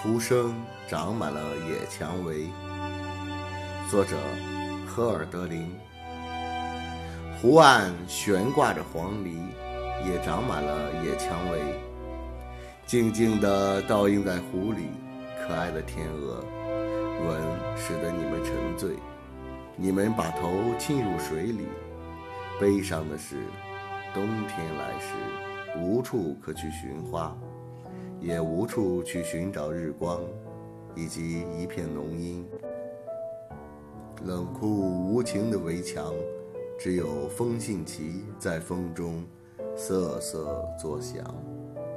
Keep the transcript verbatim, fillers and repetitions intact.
浮生长满了野蔷薇。作者赫尔德林。湖岸悬挂着黄鹂，也长满了野蔷薇，静静地倒映在湖里。可爱的天鹅，吻使得你们沉醉，你们把头浸入水里。悲伤的是，冬天来时，无处可去寻花，也无处去寻找日光，以及一片浓荫。冷酷无情的围墙，只有风信旗在风中瑟瑟作响。